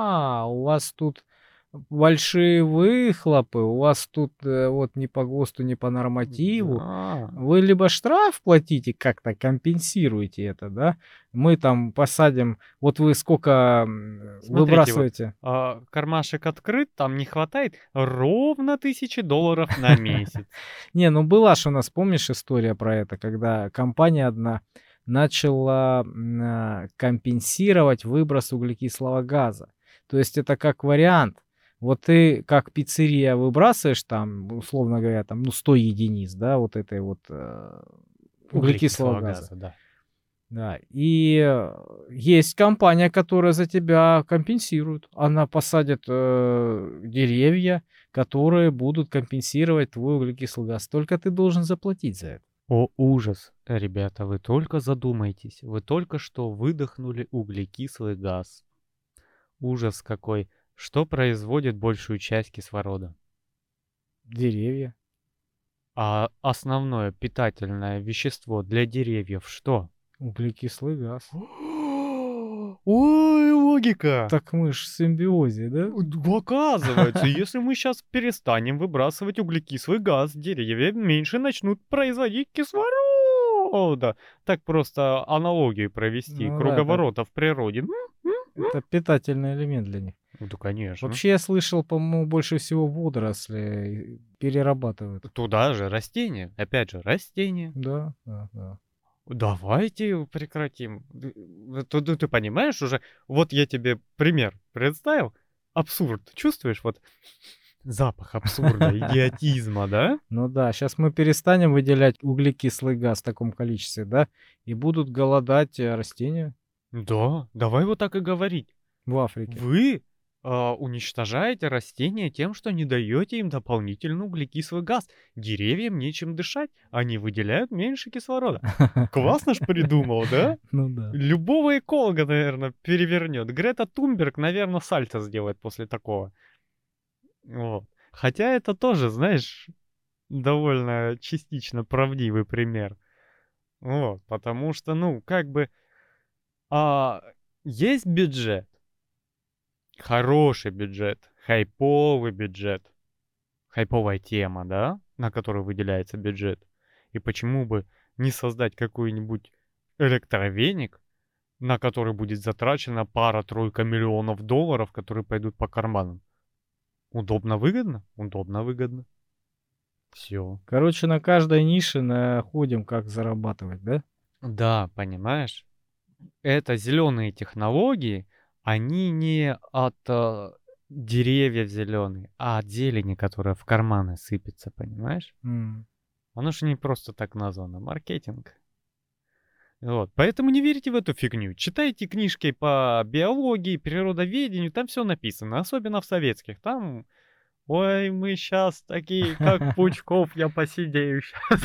у вас тут большие выхлопы, у вас тут вот не по ГОСТу, не по нормативу. Да. Вы либо штраф платите, как-то компенсируете это, да, мы там посадим, вот вы сколько Смотрите, вот выбрасываете. кармашек открыт, там не хватает ровно $1000 на месяц. Не, ну была ж у нас, помнишь, история про это, когда компания одна начала компенсировать выброс углекислого газа. То есть это как вариант. Вот ты как пиццерия выбрасываешь там, условно говоря, там, ну, 100 единиц, да, вот этой вот углекислого Углекислого газа. газа, да. Да, и есть компания, которая за тебя компенсирует. Она посадит деревья, которые будут компенсировать твой углекислый газ. Только ты должен заплатить за это. О, ужас! Ребята, вы только задумайтесь. Вы только что выдохнули углекислый газ. Ужас какой. Что производит большую часть кислорода? Деревья. А основное питательное вещество для деревьев что? Углекислый газ. Ой, логика! Так мы ж в симбиозе, да? Оказывается, если мы сейчас перестанем выбрасывать углекислый газ, деревья меньше начнут производить кислорода. Так просто аналогию провести, Ну да, это, круговорота в природе. это питательный элемент для них. Ну да, конечно. Вообще я слышал, по-моему, больше всего водоросли перерабатывают. Туда же растения. Опять же, растения. Да, да, да. Давайте прекратим. Ты понимаешь уже? Вот я тебе пример представил. Абсурд. Чувствуешь вот запах абсурда, идиотизма, да? Ну да, сейчас мы перестанем выделять углекислый газ в таком количестве, да, и будут голодать растения Да, давай вот так и говорить. в Африке. Вы уничтожаете растения тем, что не даете им дополнительный углекислый газ. Деревьям нечем дышать, они выделяют меньше кислорода. Классно ж придумал, да? Ну да. Любого эколога, наверное, перевернет. Грета Тунберг, наверное, сальто сделает после такого. Вот. Хотя это тоже, знаешь, довольно частично правдивый пример. Вот, потому что, ну, как бы, а, есть бюджет, хороший бюджет, хайповый бюджет, хайповая тема, да, на которую выделяется бюджет. И почему бы не создать какой-нибудь электровеник, на который будет затрачена пара-тройка миллионов долларов, которые пойдут по карманам. Удобно, выгодно? Удобно, выгодно. Все. Короче, на каждой нише находим, как зарабатывать, да? Да, понимаешь? Это зеленые технологии, они не от деревьев зеленые, а от зелени, которая в карманы сыпется, понимаешь? М. Оно же не просто так названо, маркетинг. Вот, поэтому не верите в эту фигню. Читайте книжки по биологии, природоведению, там все написано, особенно в советских. Там, ой, мы сейчас такие, как Пучков, я посидею сейчас.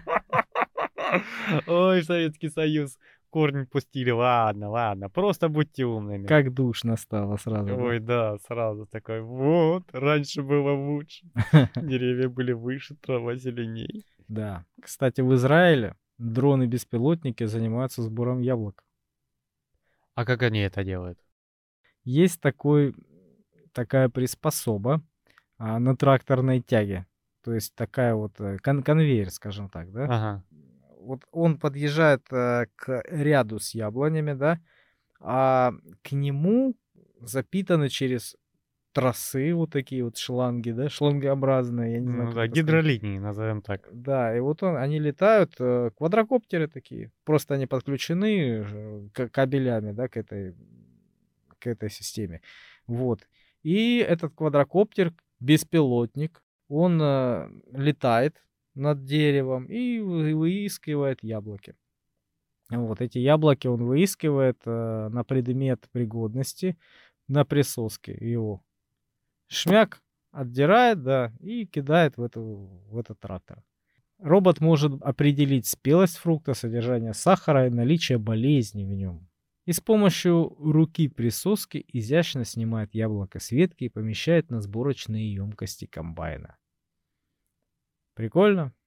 Ой, Советский Союз, корни пустили. Ладно, ладно, просто будьте умными. Как душно стало сразу, да? Ой, да, сразу такой, вот, раньше было лучше. Деревья были выше, трава зеленей. Да. Кстати, в Израиле дроны-беспилотники занимаются сбором яблок. А как они это делают? Есть такая приспособа на тракторной тяге. То есть такая вот конвейер, скажем так, да? Ага. Вот он подъезжает к ряду с яблонями, да, а к нему запитаны через тросы вот такие вот шланги, да, шлангообразные, я не знаю, Ну как да, это сказать. гидролинии, назовем так. Да, и вот они летают, квадрокоптеры такие, просто они подключены кабелями, да, к этой системе. Вот. И этот квадрокоптер, беспилотник, он летает над деревом и выискивает яблоки. Вот эти яблоки он выискивает на предмет пригодности на присоске его. Шмяк отдирает, да, и кидает в этот трактор. Робот может определить спелость фрукта, содержание сахара и наличие болезней в нем. И с помощью руки присоски изящно снимает яблоко с ветки и помещает на сборочные емкости комбайна. Прикольно?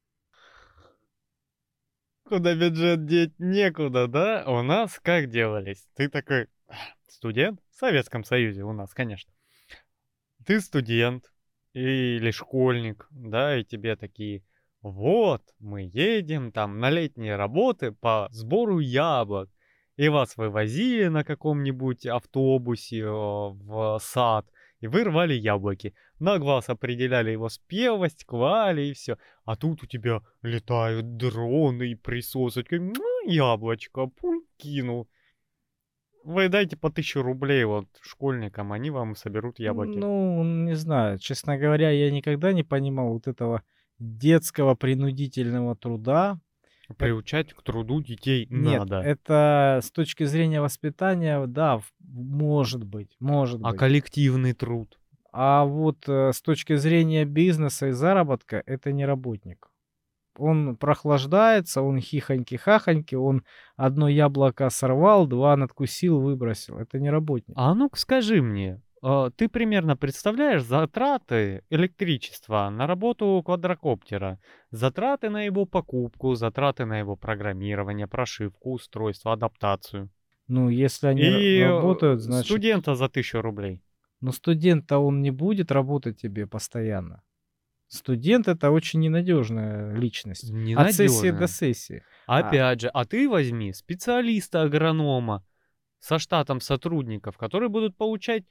Куда бюджет деть некуда, да? У нас как делались? Ты такой студент в Советском Союзе у нас, конечно. Ты студент или школьник, да, и тебе такие, вот, мы едем там на летние работы по сбору яблок. И вас вывозили на каком-нибудь автобусе в сад, и вы рвали яблоки. На глаз определяли его спелость, клали и все. А тут у тебя летают дроны и присосы. Такой, яблочко, пуль кинул. Вы дайте по 1000 рублей вот школьникам, они вам соберут яблоки. Ну, не знаю. Честно говоря, я никогда не понимал вот этого детского принудительного труда. Эт- Приучать к труду детей Нет, надо. это с точки зрения воспитания, да, может быть, может А быть. коллективный труд? А вот с точки зрения бизнеса и заработка, это не работник. Он прохлаждается, он хихоньки-хахоньки, он одно яблоко сорвал, два надкусил, выбросил. Это не работник. А ну-ка скажи мне, ты примерно представляешь затраты электричества на работу квадрокоптера, затраты на его покупку, затраты на его программирование, прошивку, устройство, адаптацию? Ну, если они И работают, значит... студента за 1000 рублей. Но студент-то он не будет работать тебе постоянно. Студент это очень ненадежная личность. От сессии до Ненадежная. сессии. А, Опять же, а ты возьми специалиста-агронома со штатом сотрудников, которые будут получать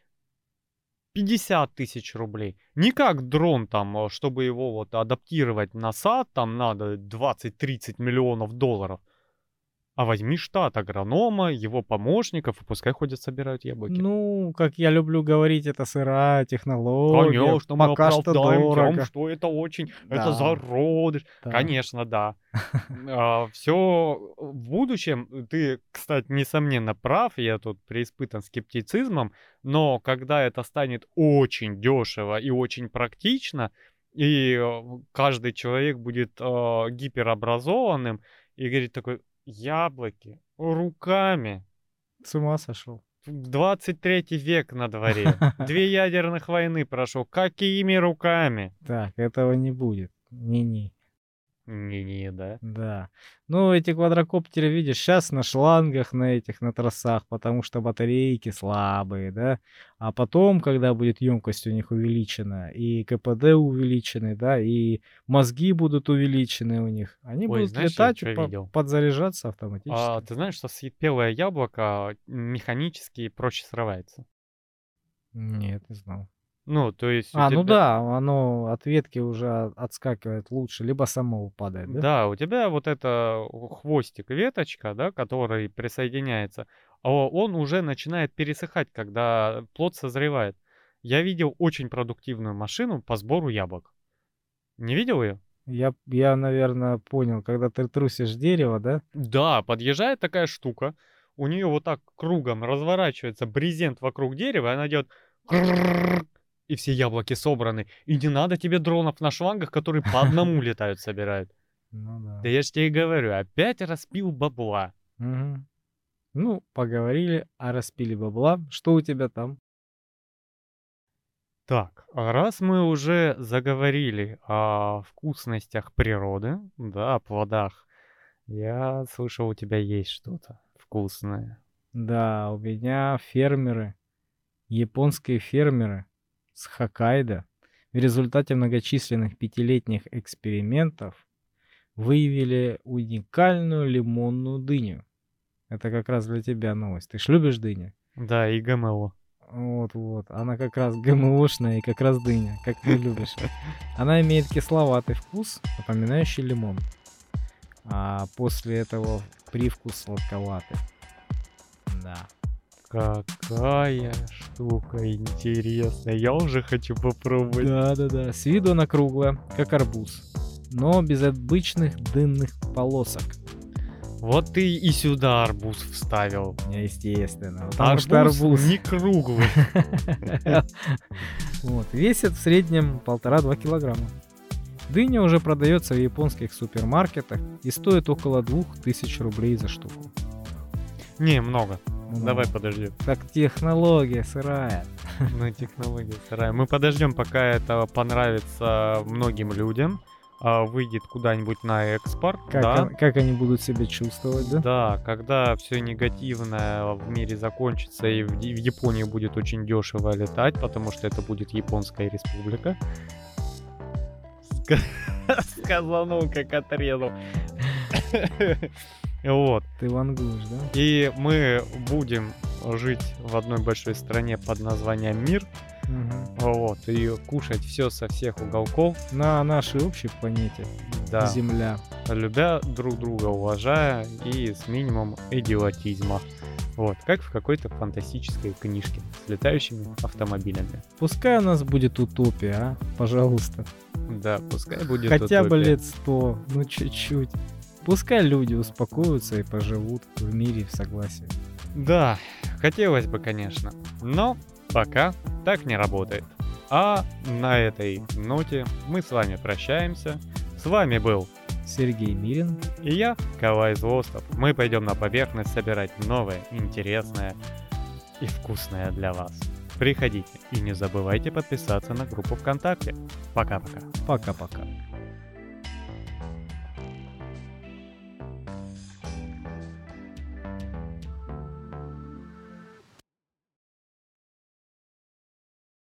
50 тысяч рублей. Не как дрон там, чтобы его вот адаптировать на сад, там надо 20-30 миллионов долларов. А возьми штат агронома, его помощников, и пускай ходят собирают яблоки. ну, как я люблю говорить, это сырая технология. Конечно, мы Пока что оправдаем тем, дорого. что это очень, это Да, зародыш. да. Конечно, да. Все в будущем, ты, кстати, несомненно прав, я тут преиспытан скептицизмом, но когда это станет очень дешево и очень практично, и каждый человек будет гиперобразованным и говорит такой, яблоки руками. С ума сошел. 23 век на дворе. 2 ядерных войны прошел. Какими руками? Так, этого не будет. Не-не. Не-не, да. Да. Ну, эти квадрокоптеры, видишь, сейчас на шлангах, на этих, на тросах, потому что батарейки слабые, да. А потом, когда будет емкость у них увеличена, и КПД увеличены, да, и мозги будут увеличены у них, они Ой, будут знаешь, я летать и что видел? подзаряжаться автоматически. Ты знаешь, что спелое яблоко механически проще срывается? Нет, не знал. Ну, то есть у А, ну тебя... да, оно от ветки уже отскакивает лучше, либо само упадает, да? Да, у тебя вот это хвостик, веточка, да, который присоединяется, он уже начинает пересыхать, когда плод созревает. Я видел очень продуктивную машину по сбору яблок. Не видел ее? Я, наверное, понял, когда ты трусишь дерево, да? Да, подъезжает такая штука, у нее вот так кругом разворачивается брезент вокруг дерева, и она делает и все яблоки собраны. И не надо тебе дронов на шлангах, которые по одному летают, собирают. Ну Да да. я ж тебе говорю, опять распил бабла. Мгм. Ну, поговорили, а распили бабла. Что у тебя там? Так, а раз мы уже заговорили о вкусностях природы, да, о плодах, я слышал, у тебя есть что-то вкусное. Да, у меня фермеры, японские фермеры с Хоккайдо в результате многочисленных пятилетних экспериментов выявили уникальную лимонную дыню. Это как раз для тебя новость. Ты ж любишь дыню? Да, и ГМО. Вот-вот. Она как раз ГМОшная и как раз дыня, как ты любишь. Она имеет кисловатый вкус, напоминающий лимон. А после этого привкус сладковатый. Да. Какая штука интересная. Я уже хочу попробовать. Да-да-да. С виду она круглая, как арбуз, но без обычных дынных полосок. Вот ты и сюда арбуз вставил. Естественно. Потому Арбуз, что арбуз не круглый. вот, весит в среднем 1,5-2 килограмма. Дыня уже продается в японских супермаркетах и стоит около 2000 рублей за штуку. Не, много. Ну, Давай подождем. так технология сырая. Ну, технология сырая. Мы подождем, пока это понравится многим людям. Выйдет куда-нибудь на экспорт. Да. Как они будут себя чувствовать, да? Да, когда все негативное в мире закончится и в Японии будет очень дешево летать, потому что это будет Японская республика. Сказанул, как отрезал. Вот. Ты вангуешь, да? И мы будем жить в одной большой стране под названием Мир. Мгм. Вот. И кушать все со всех уголков. На нашей общей планете Да. Земля. Любя друг друга, уважая и с минимумом идиотизма. Вот, как в какой-то фантастической книжке с летающими автомобилями. Пускай у нас будет утопия, а? Пожалуйста. Да, пускай будет Хотя бы утопия. лет 100, ну чуть-чуть. Пускай люди успокоятся и поживут в мире в согласии. Да, хотелось бы, конечно, но пока так не работает. А на этой ноте мы с вами прощаемся. С вами был Сергей Мирин. и я, Калай Злостов. Мы пойдем на поверхность собирать новое, интересное и вкусное для вас. Приходите и не забывайте подписаться на группу ВКонтакте. Пока-пока. Пока-пока.